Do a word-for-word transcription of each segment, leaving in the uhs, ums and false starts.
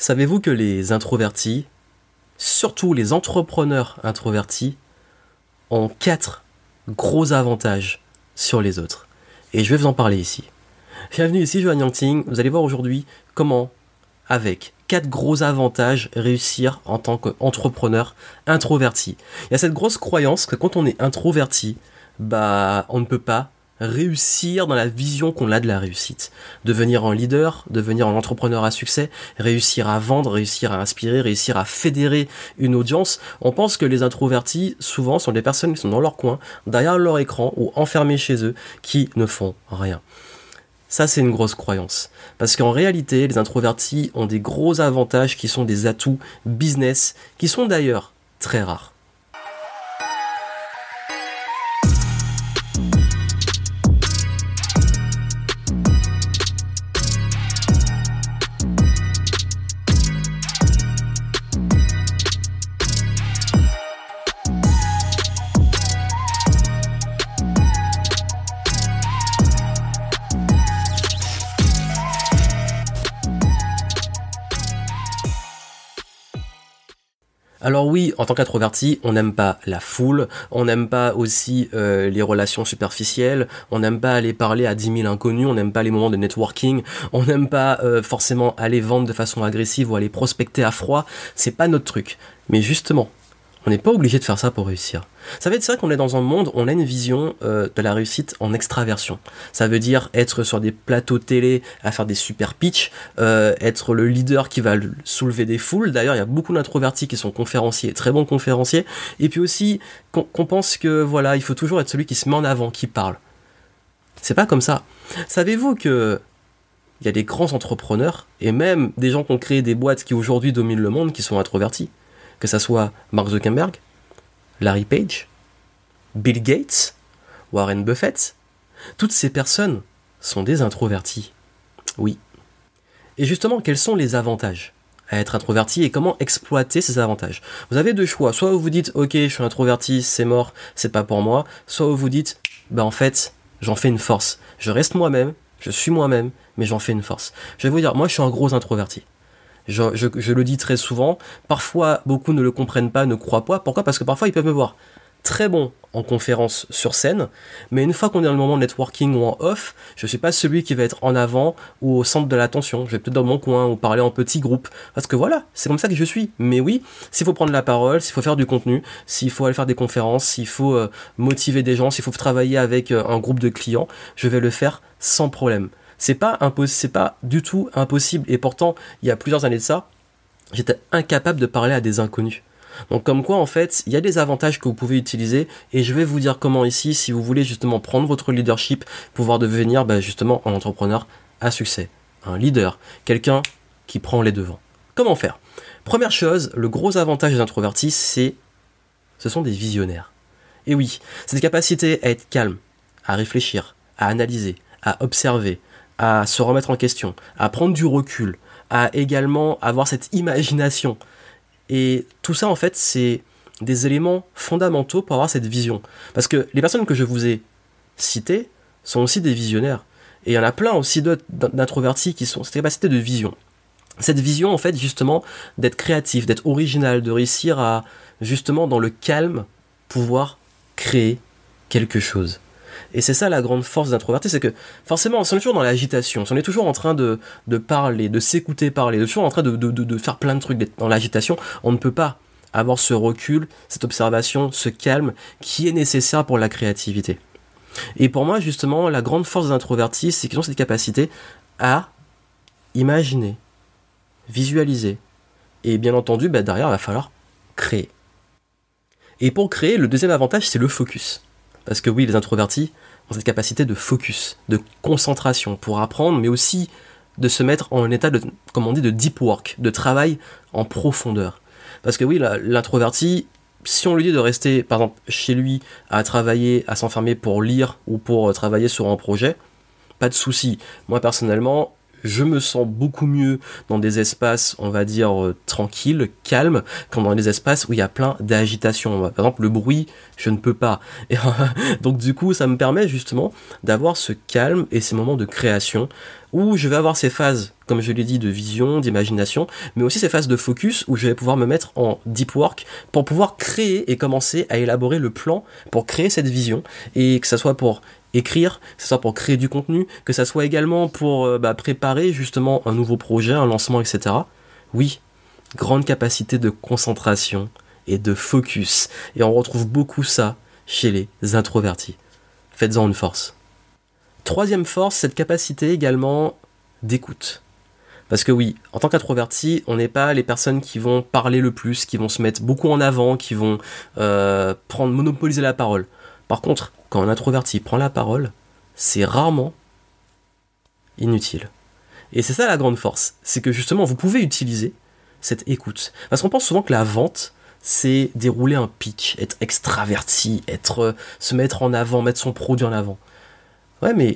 Savez-vous que les introvertis, surtout les entrepreneurs introvertis, ont quatre gros avantages sur les autres? Et je vais vous en parler ici. Bienvenue ici, Johan Yangting. Vous allez voir aujourd'hui comment, avec quatre gros avantages, réussir en tant qu'entrepreneur introverti. Il y a cette grosse croyance que quand on est introverti, bah, on ne peut pas réussir dans la vision qu'on a de la réussite. Devenir un leader, devenir un entrepreneur à succès, réussir à vendre, réussir à inspirer, réussir à fédérer une audience. On pense que les introvertis, souvent, sont des personnes qui sont dans leur coin, derrière leur écran ou enfermés chez eux, qui ne font rien. Ça, c'est une grosse croyance. Parce qu'en réalité, les introvertis ont des gros avantages qui sont des atouts business, qui sont d'ailleurs très rares. Alors oui, en tant qu'introverti, on n'aime pas la foule, on n'aime pas aussi euh, les relations superficielles, on n'aime pas aller parler à dix mille inconnus, on n'aime pas les moments de networking, on n'aime pas euh, forcément aller vendre de façon agressive ou aller prospecter à froid, c'est pas notre truc. Mais justement, on n'est pas obligé de faire ça pour réussir. Ça veut dire, c'est vrai qu'on est dans un monde, on a une vision euh, de la réussite en extraversion. Ça veut dire être sur des plateaux télé à faire des super pitchs, euh, être le leader qui va soulever des foules. D'ailleurs, il y a beaucoup d'introvertis qui sont conférenciers, très bons conférenciers. Et puis aussi, qu'on, qu'on pense que voilà, il faut toujours être celui qui se met en avant, qui parle. C'est pas comme ça. Savez-vous que il y a des grands entrepreneurs et même des gens qui ont créé des boîtes qui aujourd'hui dominent le monde qui sont introvertis? Que ça soit Mark Zuckerberg, Larry Page, Bill Gates, Warren Buffett, toutes ces personnes sont des introvertis. Oui. Et justement, quels sont les avantages à être introverti et comment exploiter ces avantages? Vous avez deux choix. Soit vous vous dites, ok, je suis introverti, c'est mort, c'est pas pour moi. Soit vous vous dites, bah en fait, j'en fais une force. Je reste moi-même, je suis moi-même, mais j'en fais une force. Je vais vous dire, moi je suis un gros introverti. Je, je, je le dis très souvent, parfois beaucoup ne le comprennent pas, ne croient pas. Pourquoi ? Parce que parfois ils peuvent me voir très bon en conférence sur scène, mais une fois qu'on est dans le moment networking ou en off, je ne suis pas celui qui va être en avant ou au centre de l'attention. Je vais peut-être dans mon coin ou parler en petit groupe, parce que voilà, c'est comme ça que je suis. Mais oui, s'il faut prendre la parole, s'il faut faire du contenu, s'il faut aller faire des conférences, s'il faut euh, motiver des gens, s'il faut travailler avec euh, un groupe de clients, je vais le faire sans problème. C'est pas impos- c'est pas du tout impossible. Et pourtant, il y a plusieurs années de ça, j'étais incapable de parler à des inconnus. Donc comme quoi, en fait, il y a des avantages que vous pouvez utiliser et je vais vous dire comment ici, si vous voulez justement prendre votre leadership, pouvoir devenir bah, justement un entrepreneur à succès. Un leader, quelqu'un qui prend les devants. Comment faire ? Première chose, le gros avantage des introvertis, c'est ce sont des visionnaires. Et oui, c'est des capacités à être calme, à réfléchir, à analyser, à observer, à se remettre en question, à prendre du recul, à également avoir cette imagination. Et tout ça, en fait, c'est des éléments fondamentaux pour avoir cette vision. Parce que les personnes que je vous ai citées sont aussi des visionnaires. Et il y en a plein aussi d'autres d'introvertis qui sont cette capacité de vision. Cette vision, en fait, justement, d'être créatif, d'être original, de réussir à, justement, dans le calme, pouvoir créer quelque chose. Et c'est ça la grande force d'introverti, c'est que forcément, si on est toujours dans l'agitation, si on est toujours en train de, de parler, de s'écouter parler, de toujours en train de, de, de, de faire plein de trucs, d'être dans l'agitation, on ne peut pas avoir ce recul, cette observation, ce calme qui est nécessaire pour la créativité. Et pour moi, justement, la grande force des introvertis, c'est qu'ils ont cette capacité à imaginer, visualiser. Et bien entendu, bah, derrière, il va falloir créer. Et pour créer, le deuxième avantage, c'est le focus. Parce que oui, les introvertis ont cette capacité de focus, de concentration pour apprendre, mais aussi de se mettre en état de, comme on dit, de deep work, de travail en profondeur. Parce que oui, la, l'introverti, si on lui dit de rester, par exemple, chez lui, à travailler, à s'enfermer pour lire ou pour travailler sur un projet, pas de souci. Moi, personnellement, je me sens beaucoup mieux dans des espaces, on va dire, euh, tranquilles, calmes, qu'en dans des espaces où il y a plein d'agitation. Par exemple, le bruit, je ne peux pas. Et, donc du coup, ça me permet justement d'avoir ce calme et ces moments de création où je vais avoir ces phases, comme je l'ai dit, de vision, d'imagination, mais aussi ces phases de focus où je vais pouvoir me mettre en deep work pour pouvoir créer et commencer à élaborer le plan pour créer cette vision, et que ça soit pour écrire, que ce soit pour créer du contenu, que ça soit également pour euh, bah, préparer justement un nouveau projet, un lancement, et cetera. Oui, grande capacité de concentration et de focus. Et on retrouve beaucoup ça chez les introvertis. Faites-en une force. Troisième force, cette capacité également d'écoute. Parce que oui, en tant qu'introverti, on n'est pas les personnes qui vont parler le plus, qui vont se mettre beaucoup en avant, qui vont euh, prendre, monopoliser la parole. Par contre, quand un introverti prend la parole, c'est rarement inutile. Et c'est ça la grande force, c'est que justement vous pouvez utiliser cette écoute. Parce qu'on pense souvent que la vente, c'est dérouler un pitch, être extraverti, être, euh, se mettre en avant, mettre son produit en avant. Ouais, mais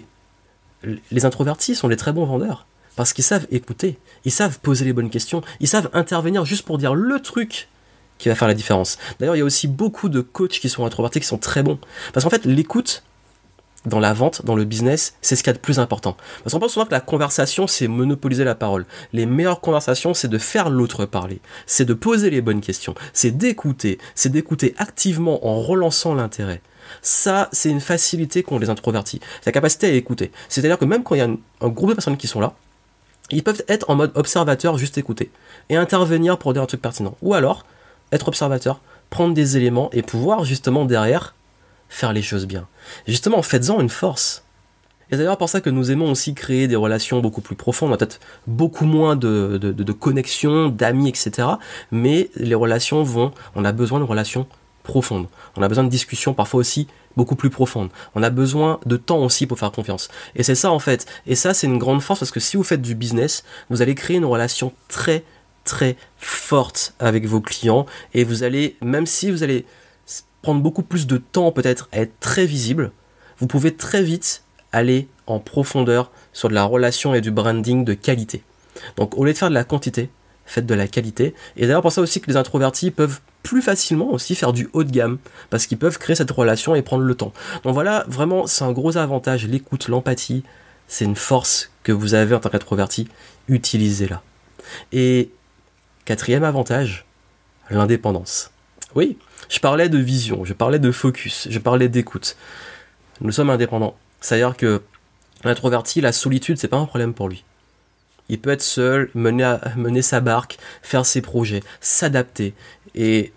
les introvertis sont des très bons vendeurs, parce qu'ils savent écouter, ils savent poser les bonnes questions, ils savent intervenir juste pour dire le truc qui va faire la différence. D'ailleurs, il y a aussi beaucoup de coachs qui sont introvertis qui sont très bons. Parce qu'en fait, l'écoute, dans la vente, dans le business, c'est ce qu'il y a de plus important. Parce qu'on pense souvent que la conversation, c'est monopoliser la parole. Les meilleures conversations, c'est de faire l'autre parler. C'est de poser les bonnes questions. C'est d'écouter. C'est d'écouter activement en relançant l'intérêt. Ça, c'est une facilité qu'ont les introvertis. C'est la capacité à écouter. C'est-à-dire que même quand il y a un, un groupe de personnes qui sont là, ils peuvent être en mode observateur, juste écouter. Et intervenir pour dire un truc pertinent. Ou alors, être observateur, prendre des éléments et pouvoir justement derrière faire les choses bien. Et justement, faites-en une force. Et c'est d'ailleurs pour ça que nous aimons aussi créer des relations beaucoup plus profondes. On a peut-être beaucoup moins de, de, de, de connexions, d'amis, et cetera. Mais les relations vont... On a besoin de relations profondes. On a besoin de discussions parfois aussi beaucoup plus profondes. On a besoin de temps aussi pour faire confiance. Et c'est ça en fait. Et ça, c'est une grande force parce que si vous faites du business, vous allez créer une relation très très forte avec vos clients et vous allez, même si vous allez prendre beaucoup plus de temps peut-être à être très visible, vous pouvez très vite aller en profondeur sur de la relation et du branding de qualité. Donc au lieu de faire de la quantité, faites de la qualité. Et d'ailleurs pour ça aussi que les introvertis peuvent plus facilement aussi faire du haut de gamme parce qu'ils peuvent créer cette relation et prendre le temps. Donc voilà, vraiment c'est un gros avantage, l'écoute, l'empathie, c'est une force que vous avez en tant qu'introverti, utilisez-la. Et quatrième avantage, l'indépendance. Oui, je parlais de vision, je parlais de focus, je parlais d'écoute. Nous sommes indépendants. C'est-à-dire que l'introverti, la solitude, c'est pas un problème pour lui. Il peut être seul, mener, à, mener sa barque, faire ses projets, s'adapter. Et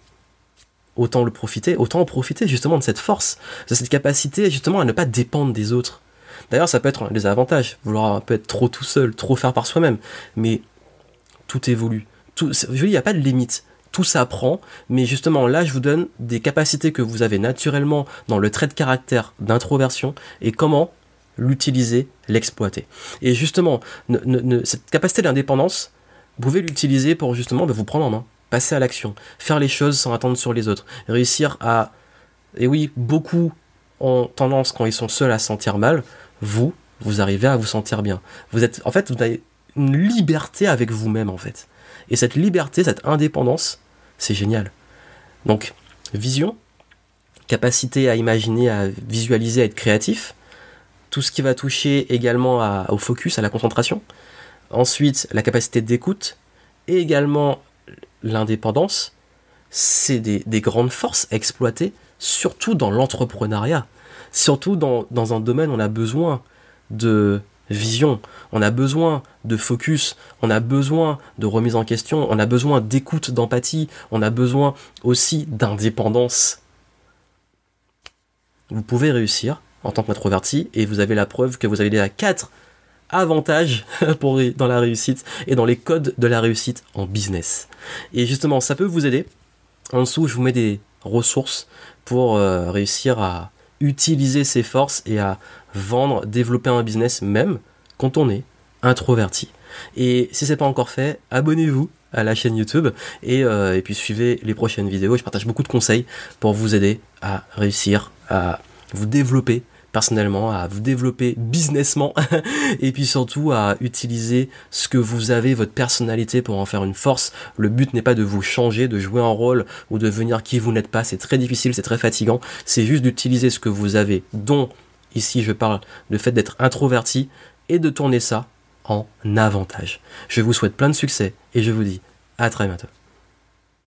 autant le profiter, autant en profiter justement de cette force, de cette capacité justement à ne pas dépendre des autres. D'ailleurs, ça peut être un des avantages, vouloir un peu être trop tout seul, trop faire par soi-même. Mais tout évolue. Tout, je veux dire, il n'y a pas de limite. Tout s'apprend, mais justement là je vous donne des capacités que vous avez naturellement dans le trait de caractère d'introversion et comment l'utiliser, l'exploiter. Et justement, ne, ne, ne, cette capacité d'indépendance, vous pouvez l'utiliser pour justement bah, vous prendre en main, passer à l'action, faire les choses sans attendre sur les autres, réussir à... Et oui, beaucoup ont tendance quand ils sont seuls à se sentir mal, vous, vous arrivez à vous sentir bien. Vous êtes, en fait, vous avez une liberté avec vous-même en fait. Et cette liberté, cette indépendance, c'est génial. Donc, vision, capacité à imaginer, à visualiser, à être créatif. Tout ce qui va toucher également à, au focus, à la concentration. Ensuite, la capacité d'écoute. Et également l'indépendance. C'est des, des grandes forces à exploiter, surtout dans l'entrepreneuriat. Surtout dans, dans un domaine où on a besoin de... vision, on a besoin de focus, on a besoin de remise en question, on a besoin d'écoute, d'empathie, on a besoin aussi d'indépendance. Vous pouvez réussir en tant qu'introverti et vous avez la preuve que vous avez déjà quatre avantages pour, dans la réussite et dans les codes de la réussite en business. Et justement, ça peut vous aider. En dessous, je vous mets des ressources pour euh, réussir à utiliser ses forces et à vendre, développer un business même quand on est introverti. Et si c'est pas encore fait, abonnez-vous à la chaîne YouTube et, euh, et puis suivez les prochaines vidéos. Je partage beaucoup de conseils pour vous aider à réussir à vous développer personnellement, à vous développer businessment et puis surtout à utiliser ce que vous avez, votre personnalité pour en faire une force. Le but n'est pas de vous changer, de jouer un rôle ou de devenir qui vous n'êtes pas. C'est très difficile, c'est très fatigant. C'est juste d'utiliser ce que vous avez, dont ici je parle du fait d'être introverti, et de tourner ça en avantage. Je vous souhaite plein de succès et je vous dis à très bientôt.